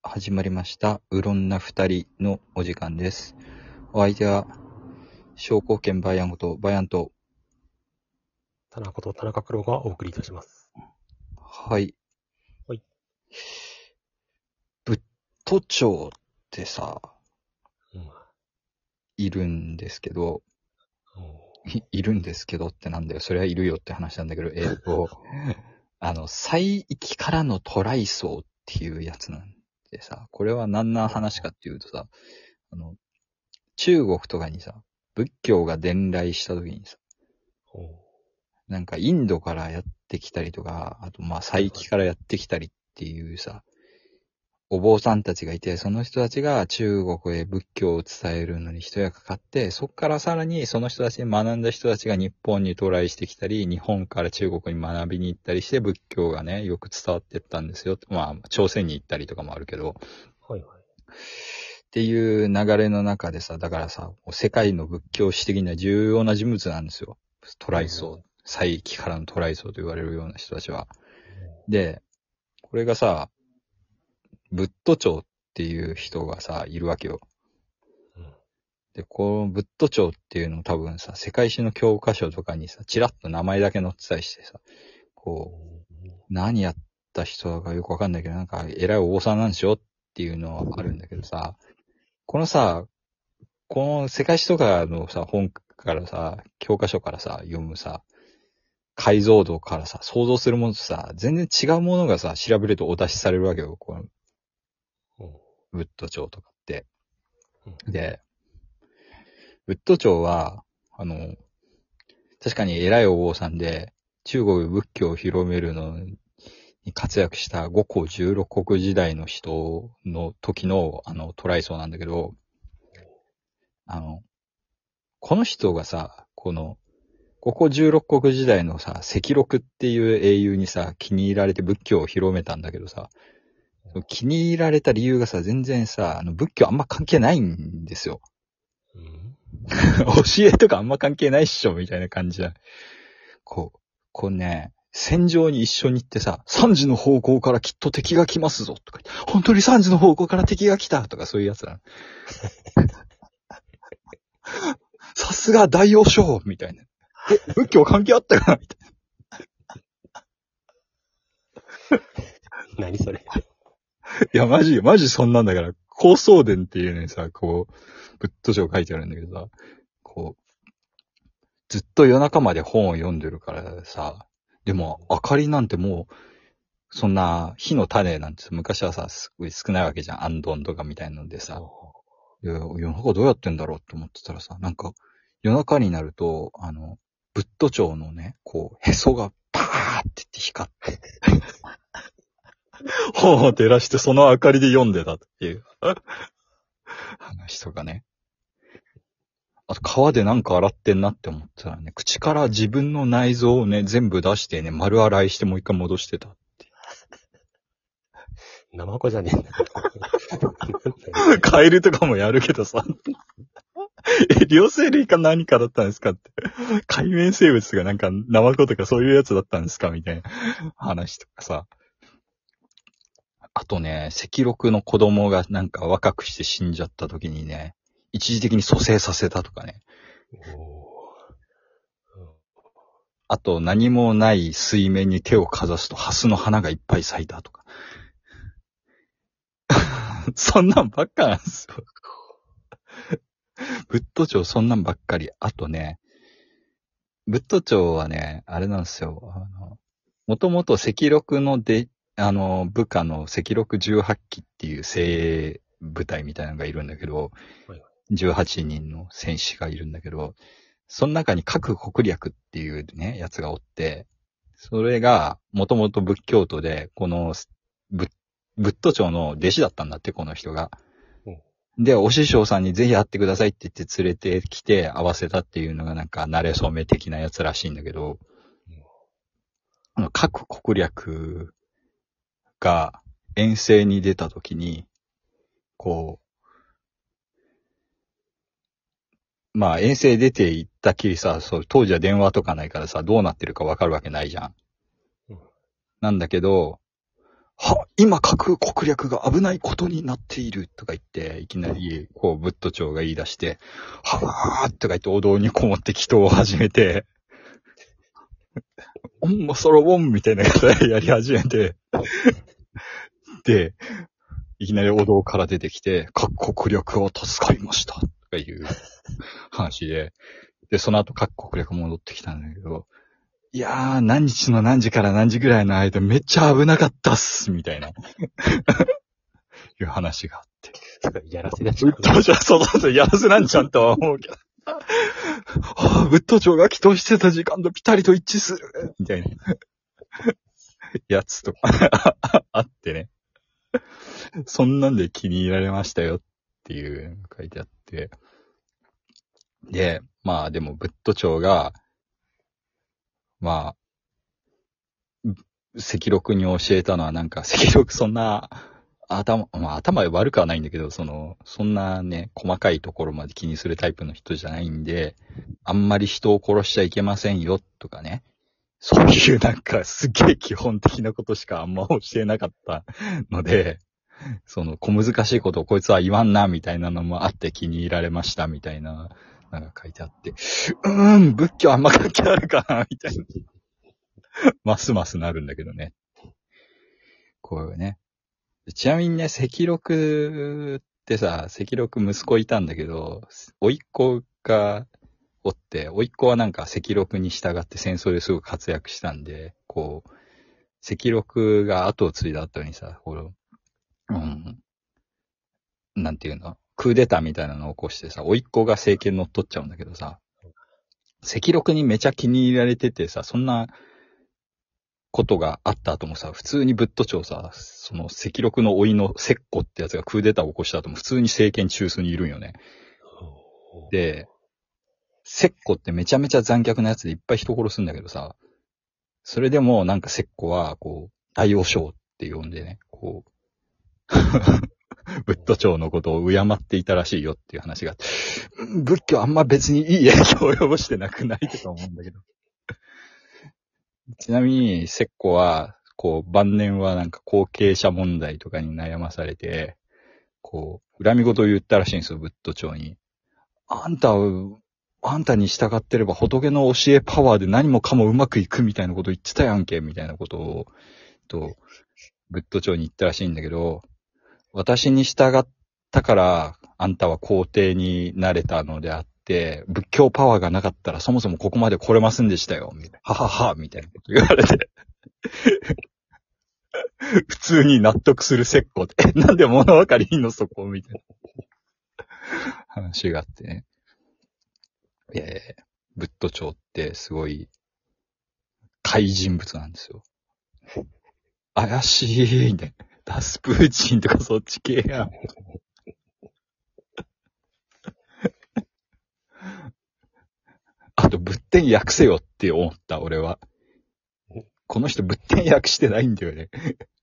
始まりました。うろんな二人のお時間です。お相手は、商工兼バイアンことバイアンと、 田中と田中プロがお送りいたします。 はい。 はい。 ぶっと町ってさ、 うん。 いるんですけど、 おいるんですけどってなんだよ。それはいるよって話なんだけど、最域からのトライ層っていうやつなんでさ、これは何な話かっていうとさ、あの、中国とかにさ、仏教が伝来した時にさ、 おなんかインドからやってきたりとか、あとまあはいはい。 西域からやってきたりっていうさ、お坊さんたちがいて、その人たちが中国へ仏教を伝えるのに一役買って、そこからさらにその人たちに学んだ人たちが日本に渡来してきたり、日本から中国に学びに行ったりして仏教がね、よく伝わってったんですよ。まあ、朝鮮に行ったりとかもあるけど、 はいはい。 っていう流れの中でさ、だからさ、世界の仏教史的な重要な人物なんですよ。トライ層。西域からのトライ層と言われるような人たちは。で、これがさ、ブッド長っていう人がさ、いるわけよ。 うん。 で、このブッド長っていうの多分さ、世界史の教科書とかにさ、チラッと名前だけ載ってたりしてさ、こう、何やった人かよくわかんないけど、なんか偉いお坊さんなんでしょっていうのはあるんだけどさ、このさ、この世界史とかのさ、本からさ、教科書からさ、読むさ、解像度からさ、想像するものとさ、全然違うものがさ、調べるとお出しされるわけよ。このブッド長とかって。で、ブッド長は、確かに偉いお坊さんで、中国仏教を広めるのに活躍した五胡十六国時代の人の時の、トライ層なんだけど、あの、この人がさ、この、五胡十六国時代のさ、赤禄っていう英雄にさ、気に入られて仏教を広めたんだけどさ、気に入られた理由がさ、全然さ、仏教あんま関係ないんですよ。 うん。 教えとかあんま関係ないっしょ、みたいな感じだ。こうね、戦場に一緒に行ってさ、3時の方向からきっと敵が来ますぞ、とか言って、本当に3時の方向から敵が来た、とかそういうやつだ。さすが大王将みたいな。仏教関係あったかなみたい何それ。 な。いや、マジそんなんだから、高僧伝っていうのにさ、こう、仏陀書書いてあるんだけどさ、こう、ずっと夜中まで本を読んでるからさ、でも、明かりなんてもう、そんな火の種なんて昔はさ、すごい少ないわけじゃん。アンドンとかみたいなのでさ。夜中どうやってんだろうって思ってたらさ、なんか、夜中になると、ブッド町のね、こう、へそがパーって言って光って、本を照らしてその明かりで読んでたっていう話とかね。あと川でなんか洗ってんなって思ったらね、口から自分の内臓をね、全部出してね、丸洗いしてもう一回戻してた。 ナマコじゃねえんだ。 カエルとかもやるけどさ、両生類か何かだったんですかって。海面生物がなんか、ナマコとかそういうやつだったんですかみたいな話とかさ。あとね、赤禄の子供がなんか若くして死んじゃった時にね、一時的に蘇生させたとかね。あと何もない水面に手をかざすとハスの花がいっぱい咲いたとか。そんなんばっかなんですよ。ブッド町そんなんばっかり。あとね、ブッド町はね、あれなんですよ。もともと赤禄の部下の赤禄18期っていう精鋭部隊みたいなのがいるんだけど、18人の戦士がいるんだけど、その中に各国略っていうね、やつがおって、それがもともと仏教徒で、このブッド長の弟子だったんだって、この人が。で、お師匠さんにぜひ会ってくださいって言って連れてきて会わせたっていうのがなんか慣れ初め的なやつらしいんだけど、各国略が遠征に出た時に、こう、まあ遠征出て行ったきりさ、そう、当時は電話とかないからさ、どうなってるかわかるわけないじゃん。なんだけど、 今書く国略が危ないことになっているとか言って、いきなり、こう、ブット長が言い出して、はぁーとか言ってお堂にこもって祈祷を始めて、オンモソロボンみたいなことでやり始めて、で、いきなりお堂から出てきて、各国略を助かりました。とかいう話で、で、その後各国略戻ってきたんだけど、いやー、何日の何時から何時ぐらいの間めっちゃ危なかったっす、みたいな、いう話があって。 やらせだし。 ブッド長、そう、やらせなんちゃんとは思うけど。ブッド長が祈祷してた時間とぴたりと一致する、みたいな、やつとかあってね。そんなんで気に入られましたよっていう書いてあって。で、まあでもブッド長が、まあ、赤録に教えたのはなんか、赤録そんな、頭悪くはないんだけど、そんなね、細かいところまで気にするタイプの人じゃないんで、あんまり人を殺しちゃいけませんよ、とかね。そういうなんか、すげえ基本的なことしかあんま教えなかったので、小難しいことをこいつは言わんな、みたいなのもあって気に入られました、みたいな、なんか書いてあって、仏教あんま関係あるかな、みたいな。ますますなるんだけどね。こういうね。ちなみにね、赤録ってさ、赤録息子いたんだけど、甥っ子がおって、甥っ子はなんか赤録に従って戦争ですごく活躍したんで、こう、赤録が後を継いだ後にさ、なんていうの、クーデターみたいなのを起こしてさ、甥っ子が政権乗っ取っちゃうんだけどさ、赤録にめちゃ気に入られててさ、そんなことがあった後もさ、普通にブッド長さ、赤録の甥のセッコってやつがクーデターを起こした後も普通に政権中枢にいるんよね。で、セッコってめちゃめちゃ残虐なやつでいっぱい人殺すんだけどさ、それでもなんかセッコは、こう、大王将って呼んでね、こう、ブッド長のことを敬っていたらしいよっていう話があって、仏教あんま別にいい影響を及ぼしてなくないとか思うんだけど。ちなみに、セッコは、こう、晩年はなんか後継者問題とかに悩まされて、こう、恨み事を言ったらしいんですよ、ブッド長に。あんたに従ってれば仏の教えパワーで何もかもうまくいくみたいなこと言ってたやんけ、みたいなことを、ブッド長に言ったらしいんだけど、私に従ったから、あんたは皇帝になれたのであって、仏教パワーがなかったらそもそもここまで来れませんでしたよ、みたいな。ははは、みたいなこと言われて。普通に納得する説法で、なんで物分かりいいのそこみたいな話があってね。ブッド長ってすごい怪人物なんですよ。怪しい、みたいな。ダスプーチンとかそっち系やん。あと、仏典訳せよって思った、俺は。この人仏典訳してないんだよね。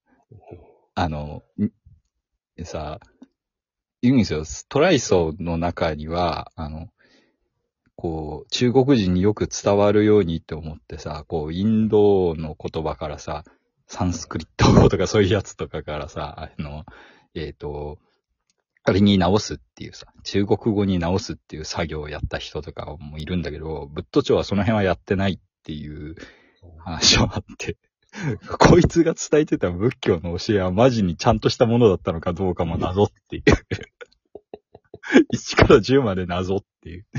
言うんですよ。トライソーの中には、こう、中国人によく伝わるようにって思ってさ、こう、インドの言葉からさ、サンスクリット語とかそういうやつとかからさ、あれに直すっていうさ、中国語に直すっていう作業をやった人とかもいるんだけど、ブッド長はその辺はやってないっていう話もあって、こいつが伝えてた仏教の教えはマジにちゃんとしたものだったのかどうかも謎っていう。1から10まで謎っていう。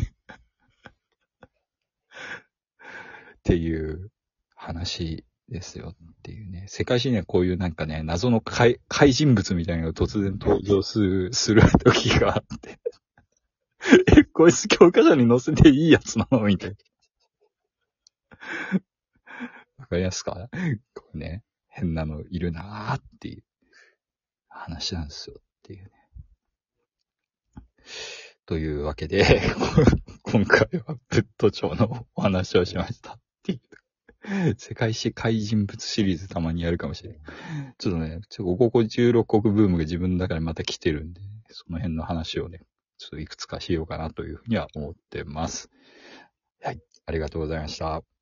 っていう話ですよっていうね。世界史にはこういうなんかね、謎の怪人物みたいなのが突然登場する時があって。こいつ教科書に載せていいやつなのみたいな。わかりますか？こうね、変なのいるなーっていう話なんですよっていうね。というわけで、今回はブッド長のお話をしましたっていう。世界史怪人物シリーズたまにやるかもしれない。ちょっとね、ここ16国ブームが自分の中でまた来てるんで、その辺の話をね、ちょっといくつかしようかなというふうには思ってます。はい、ありがとうございました。